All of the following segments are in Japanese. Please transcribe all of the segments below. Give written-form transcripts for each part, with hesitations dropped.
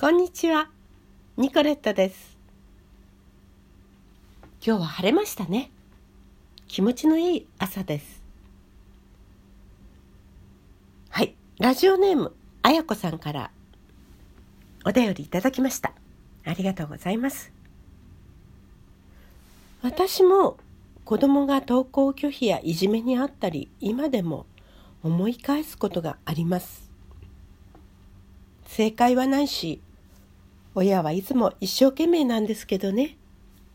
こんにちは、ニコレットです。今日は晴れましたね。気持ちのいい朝です。はい、ラジオネームあやこさんからお便りいただきました。ありがとうございます。私も子供が登校拒否やいじめにあったり、今でも思い返すことがあります。正解はないし、親はいつも一生懸命なんですけどね。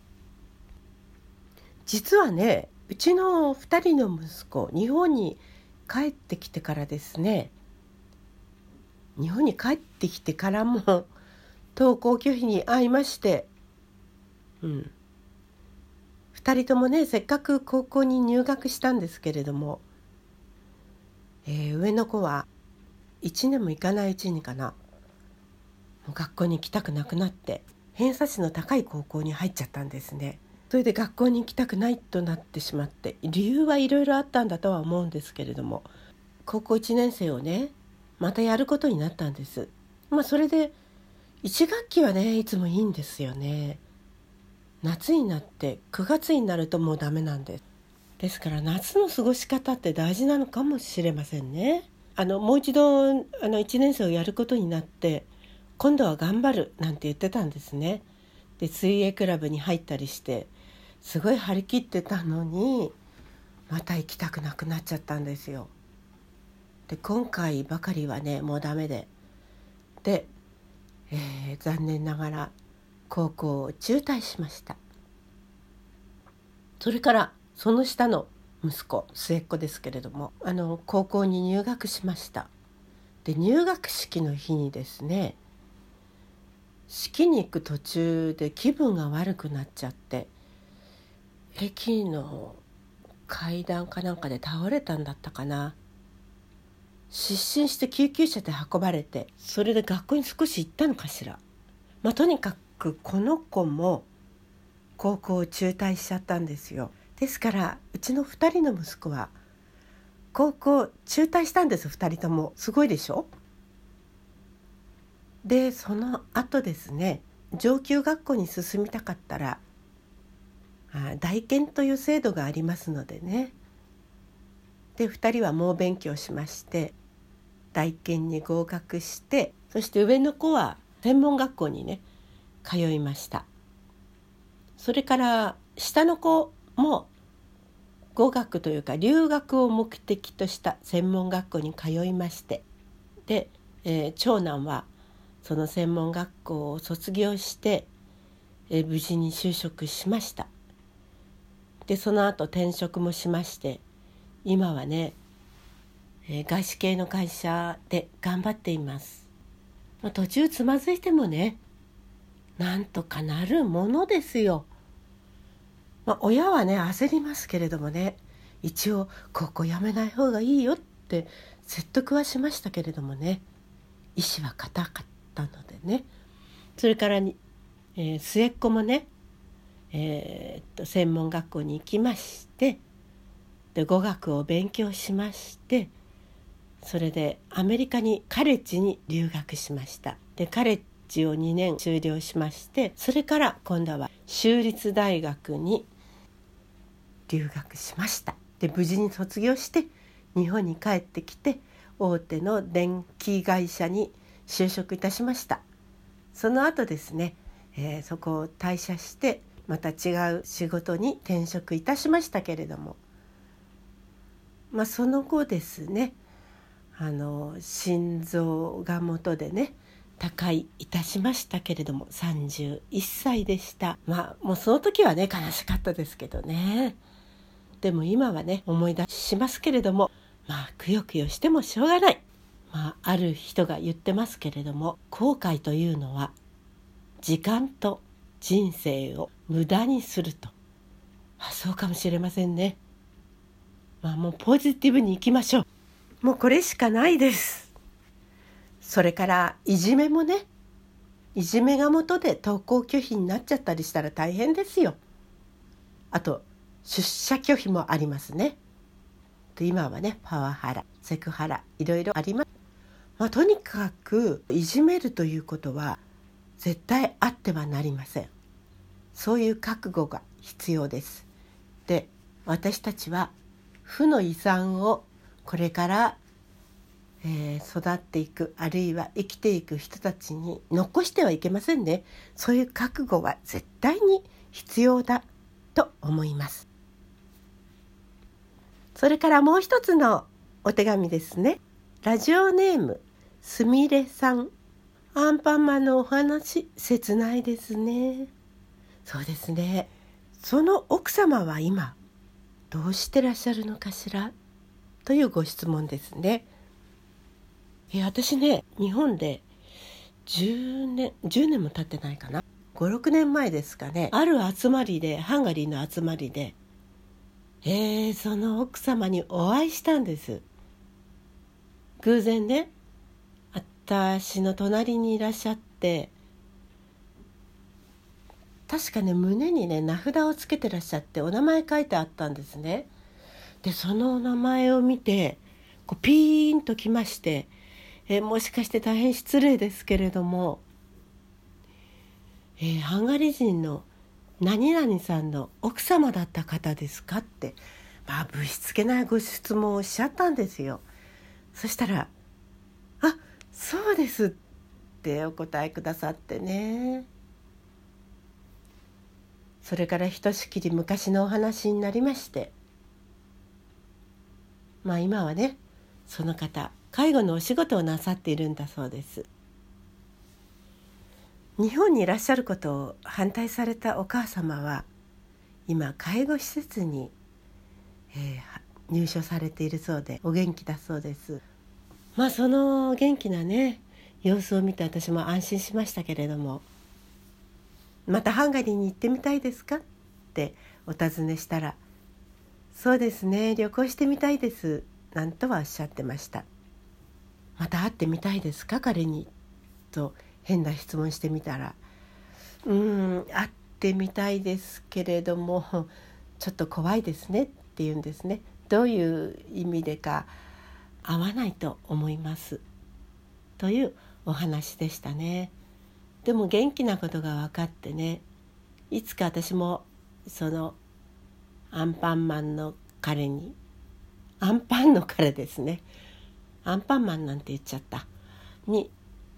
実はね、うちの2人の息子、日本に帰ってきてからですね、日本に帰ってきてからも登校拒否に遭いまして、2人ともね、せっかく高校に入学したんですけれども、上の子は1年も行かないうちにかな、もう学校に行きたくなくなって偏差値の高い高校に入っちゃったんですね。それで学校に行きたくないとなってしまって、理由はいろいろあったんだとは思うんですけれども、高校1年生をねまたやることになったんです。それで1学期はねいつもいいんですよね。夏になって9月になるともうダメなんです。ですから夏の過ごし方って大事なのかもしれませんね。もう一度1年生をやることになって、今度は頑張るなんて言ってたんですね。で、水泳クラブに入ったりしてすごい張り切ってたのに、また行きたくなくなっちゃったんですよ。で、今回ばかりはねもうダメで、残念ながら高校を中退しました。それからその下の息子、末っ子ですけれども、高校に入学しました。で、入学式の日にですね、式に行く途中で気分が悪くなっちゃって、駅の階段かなんかで倒れたんだったかな。失神して救急車で運ばれて、それで学校に少し行ったのかしら。とにかくこの子も高校を中退しちゃったんですよ。ですからうちの2人の息子は高校中退したんです。2人ともすごいでしょ。で、その後ですね、上級学校に進みたかったら大検という制度がありますのでね。で、2人は猛勉強しまして大検に合格して、そして上の子は専門学校にね通いました。それから下の子も語学というか留学を目的とした専門学校に通いまして、で、長男はその専門学校を卒業して、無事に就職しました。で、その後転職もしまして、今はね、外資系の会社で頑張っています。途中つまずいてもね、なんとかなるものですよ。親はね焦りますけれどもね、一応高校辞めない方がいいよって説得はしましたけれどもね、意志は固かったのでね。それから末っ子もね、専門学校に行きまして、で語学を勉強しまして、それでアメリカにカレッジに留学しました。で、カレッジを2年修了しまして、それから今度は州立大学に留学しました。で、無事に卒業して日本に帰ってきて大手の電気会社に就職いたしました。その後ですね、そこを退社してまた違う仕事に転職いたしましたけれども、その後ですね、心臓が元でね他界いたしましたけれども、31歳でした。もうその時はね悲しかったですけどね。でも今はね思い出しますけれども、くよくよしてもしょうがない。ある人が言ってますけれども、後悔というのは時間と人生を無駄にすると。そうかもしれませんね。もうポジティブにいきましょう。もうこれしかないです。それからいじめもね、いじめが元で登校拒否になっちゃったりしたら大変ですよ。あと出社拒否もありますね。で、今はねパワハラ、セクハラいろいろあります。とにかくいじめるということは絶対あってはなりません。そういう覚悟が必要です。で、私たちは負の遺産をこれから、育っていく、あるいは生きていく人たちに残してはいけませんね。そういう覚悟は絶対に必要だと思います。それからもう一つのお手紙ですね。ラジオネームすみれさん。アンパンマンのお話、切ないですね。そうですね。その奥様は今どうしてらっしゃるのかしらというご質問ですね。私ね、日本で10年も経ってないかな、5、6年前ですかね、ある集まりで、ハンガリーの集まりで、その奥様にお会いしたんです。偶然ね、私の隣にいらっしゃって、確かね、胸にね、名札をつけてらっしゃって、お名前書いてあったんですね。で、そのお名前を見てピーンときまして、もしかして大変失礼ですけれども、ハンガリー人の何々さんの奥様だった方ですかって、ぶしつけないご質問をおっしゃったんですよ。そしたら、そうですってお答えくださってね。それからひとしきり昔のお話になりまして、今はね、その方介護のお仕事をなさっているんだそうです。日本にいらっしゃることを反対されたお母様は今介護施設に、入所されているそうで、お元気だそうです。その元気なね様子を見て私も安心しましたけれども、またハンガリーに行ってみたいですかってお尋ねしたら、そうですね、旅行してみたいですなんとはおっしゃってました。また会ってみたいですか彼にと変な質問してみたら、会ってみたいですけれどもちょっと怖いですねって言うんですね。どういう意味でか合わないと思いますというお話でしたね。でも元気なことが分かってね、いつか私もそのアンパンマンの彼に、アンパンの彼ですね、アンパンマンなんて言っちゃったに、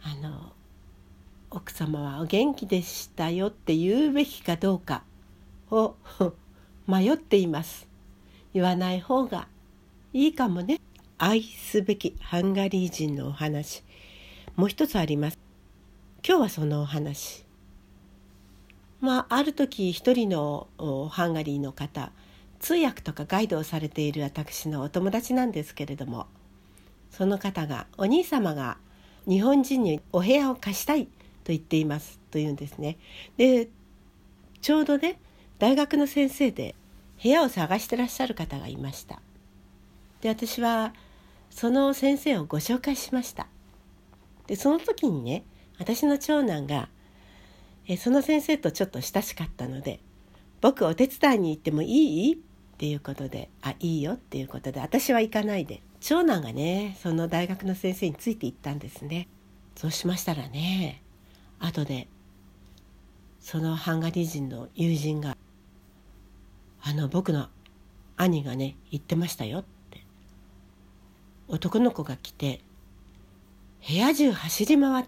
奥様はお元気でしたよって言うべきかどうかを迷っています。言わない方がいいかもね。愛すべきハンガリー人のお話、もう一つあります。今日はそのお話、ある時一人のハンガリーの方、通訳とかガイドをされている私のお友達なんですけれども、その方が、お兄様が日本人にお部屋を貸したいと言っていますと言うんですね。で、ちょうどね、大学の先生で部屋を探してらっしゃる方がいました。で、私はその先生をご紹介しました。で、その時にね、私の長男がその先生とちょっと親しかったので、僕お手伝いに行ってもいいっていうことで、いいよっていうことで、私は行かないで、長男がね、その大学の先生について行ったんですね。そうしましたらね、後でそのハンガリー人の友人が、僕の兄がね言ってましたよって、男の子が来て部屋中走り回った。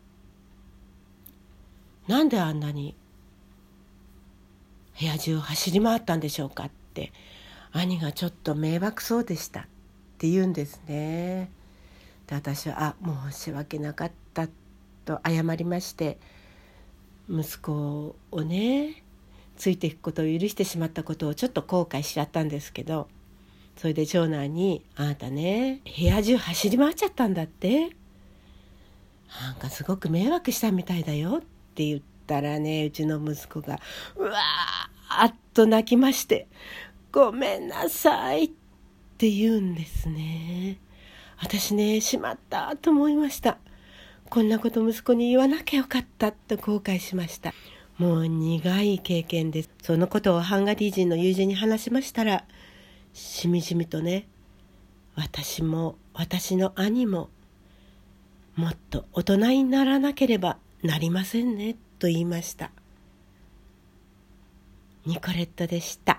なんであんなに部屋中走り回ったんでしょうかって、兄がちょっと迷惑そうでしたって言うんですね。で、私は申し訳なかったと謝りまして、息子をねついていくことを許してしまったことをちょっと後悔しちゃったんですけど、それで長男に、あなたね部屋中走り回っちゃったんだって、なんかすごく迷惑したみたいだよって言ったらね、うちの息子がうわーっと泣きまして、ごめんなさいって言うんですね。私ね、しまったと思いました。こんなこと息子に言わなきゃよかったと後悔しました。もう苦い経験です。そのことをハンガリー人の友人に話しましたら、しみじみとね、私も私の兄ももっと大人にならなければなりませんねと言いました。ニコレットでした。